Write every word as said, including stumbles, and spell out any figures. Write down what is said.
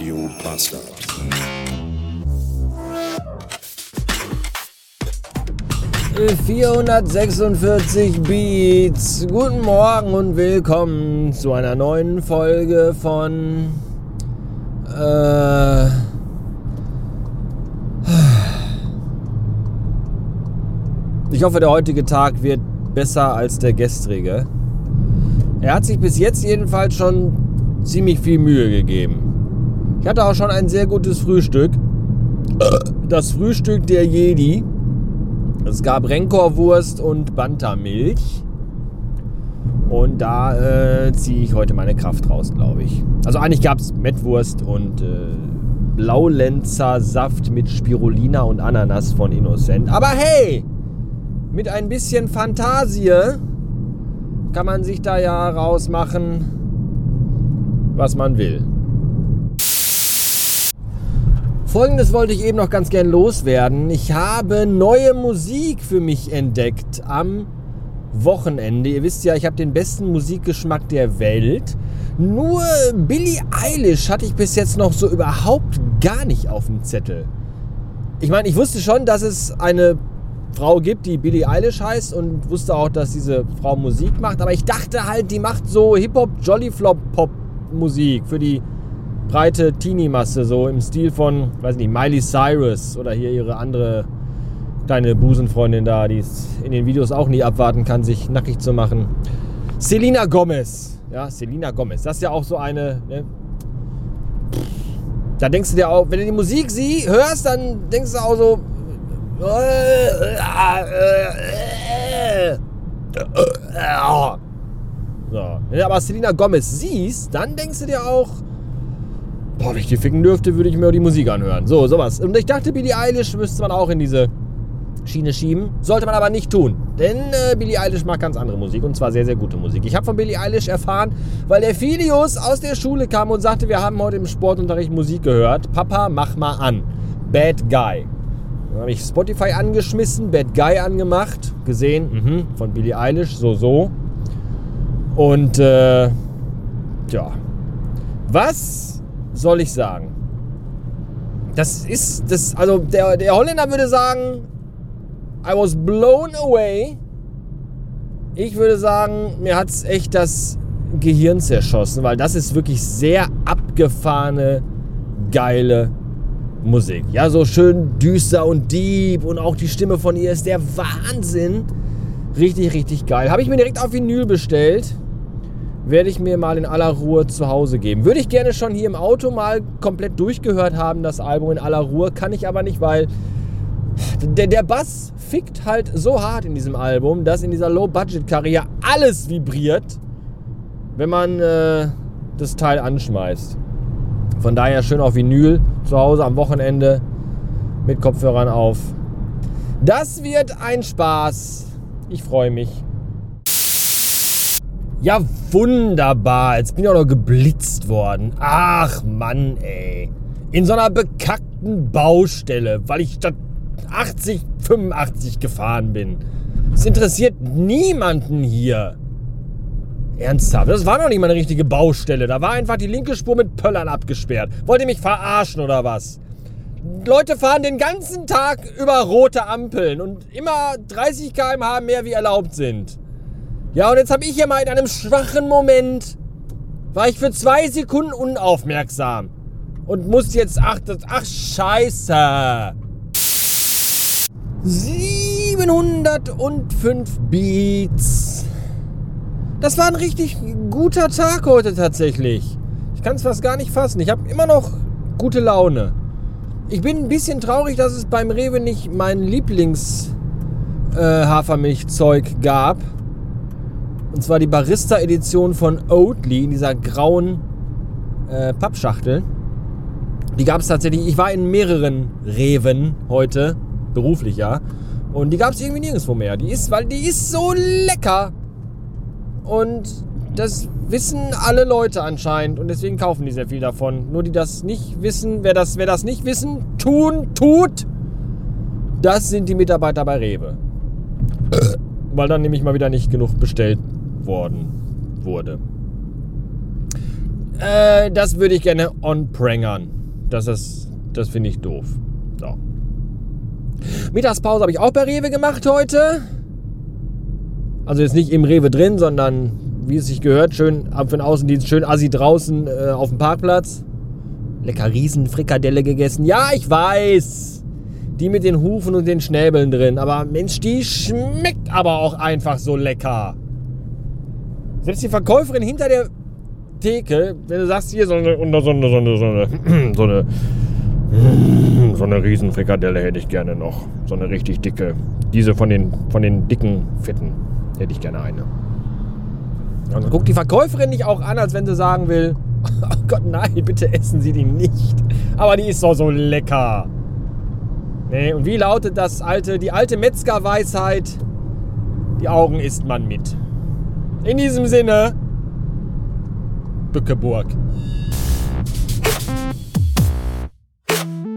Radio Bastard. vierhundertsechsundvierzig Beats. Guten Morgen und willkommen zu einer neuen Folge von äh, ich hoffe, der heutige Tag wird besser als der gestrige. Er hat sich bis jetzt jedenfalls schon ziemlich viel Mühe gegeben. Ich hatte auch schon ein sehr gutes Frühstück. Das Frühstück der Jedi. Es gab Renkorwurst und Bantamilch. Und da äh, ziehe ich heute meine Kraft raus, glaube ich. Also eigentlich gab es Mettwurst und äh, Blaulenzer Saft mit Spirulina und Ananas von Innocent. Aber hey, mit ein bisschen Fantasie kann man sich da ja rausmachen, was man will. Folgendes wollte ich eben noch ganz gern loswerden. Ich habe neue Musik für mich entdeckt am Wochenende. Ihr wisst ja, ich habe den besten Musikgeschmack der Welt. Nur Billie Eilish hatte ich bis jetzt noch so überhaupt gar nicht auf dem Zettel. Ich meine, ich wusste schon, dass es eine Frau gibt, die Billie Eilish heißt, und wusste auch, dass diese Frau Musik macht. Aber ich dachte halt, die macht so Hip-Hop-Jolly-Flop-Pop-Musik für die breite Teenie-Masse, so im Stil von, weiß nicht, Miley Cyrus oder hier ihre andere kleine Busenfreundin da, die es in den Videos auch nie abwarten kann, sich nackig zu machen. Selena Gomez. Ja, Selena Gomez. Das ist ja auch so eine, ne? Da denkst du dir auch, wenn du die Musik sie hörst, dann denkst du auch so, so. Wenn du aber Selena Gomez siehst, dann denkst du dir auch, boah, wenn ich die ficken dürfte, würde ich mir die Musik anhören. So, sowas. Und ich dachte, Billie Eilish müsste man auch in diese Schiene schieben. Sollte man aber nicht tun. Denn äh, Billie Eilish mag ganz andere Musik. Und zwar sehr, sehr gute Musik. Ich habe von Billie Eilish erfahren, weil der Filius aus der Schule kam und sagte, wir haben heute im Sportunterricht Musik gehört. Papa, mach mal an. Bad Guy. Dann habe ich Spotify angeschmissen, Bad Guy angemacht. Gesehen, mh, von Billie Eilish, so, so. Und, äh, ja. Was soll ich sagen? Das ist, das, also der, der Holländer würde sagen, I was blown away. Ich würde sagen, mir hat es echt das Gehirn zerschossen, weil das ist wirklich sehr abgefahrene, geile Musik. Ja, so schön düster und deep und auch die Stimme von ihr ist der Wahnsinn. Richtig, richtig geil. Habe ich mir direkt auf Vinyl bestellt. Werde ich mir mal in aller Ruhe zu Hause geben. Würde ich gerne schon hier im Auto mal komplett durchgehört haben, das Album in aller Ruhe. Kann ich aber nicht, weil der, der Bass fickt halt so hart in diesem Album, dass in dieser Low-Budget-Karre ja alles vibriert, wenn man äh, das Teil anschmeißt. Von daher schön auf Vinyl zu Hause am Wochenende mit Kopfhörern auf. Das wird ein Spaß. Ich freue mich. Ja, wunderbar. Jetzt bin ich auch noch geblitzt worden. Ach Mann, ey. In so einer bekackten Baustelle, weil ich statt achtzig, fünfundachtzig gefahren bin. Das interessiert niemanden hier. Ernsthaft, das war noch nicht mal eine richtige Baustelle. Da war einfach die linke Spur mit Pöllern abgesperrt. Wollt ihr mich verarschen oder was? Leute fahren den ganzen Tag über rote Ampeln und immer dreißig Kilometer pro Stunde mehr wie erlaubt sind. Ja, und jetzt habe ich hier mal in einem schwachen Moment, war ich für zwei Sekunden unaufmerksam und muss jetzt, ach, das, ach scheiße. siebenhundertfünf Beats. Das war ein richtig guter Tag heute tatsächlich. Ich kann es fast gar nicht fassen. Ich habe immer noch gute Laune. Ich bin ein bisschen traurig, dass es beim Rewe nicht mein Lieblings-Hafermilchzeug äh, gab. Und zwar die Barista-Edition von Oatly in dieser grauen äh, Pappschachtel. Die gab es tatsächlich. Ich war in mehreren Rewen heute, beruflich ja. Und die gab es irgendwie nirgendwo mehr. Die ist, weil die ist so lecker. Und das wissen alle Leute anscheinend. Und deswegen kaufen die sehr viel davon. Nur die das nicht wissen, wer das, wer das nicht wissen, tun, tut, das sind die Mitarbeiter bei Rewe. Weil dann nämlich mal wieder nicht genug bestellt worden wurde. Äh, das würde ich gerne on-prangern. Das, ist, das finde ich doof. So. Mittagspause habe ich auch bei Rewe gemacht heute. Also jetzt nicht im Rewe drin, sondern wie es sich gehört, schön für den Außendienst, schön assi draußen äh, auf dem Parkplatz. Lecker Riesenfrikadelle gegessen. Ja, ich weiß. Die mit den Hufen und den Schnäbeln drin. Aber Mensch, die schmeckt aber auch einfach so lecker. Selbst die Verkäuferin hinter der Theke, wenn du sagst, hier so eine, so eine, so eine, so eine, so eine, so eine Riesenfrikadelle hätte ich gerne noch. So eine richtig dicke. Diese von den, von den dicken Fetten hätte ich gerne eine. Und dann guckt die Verkäuferin nicht auch an, als wenn sie sagen will, oh Gott, nein, bitte essen Sie die nicht. Aber die ist doch so lecker. Nee, und wie lautet das alte, die alte Metzgerweisheit? Die Augen isst man mit. In diesem Sinne, Bückeburg.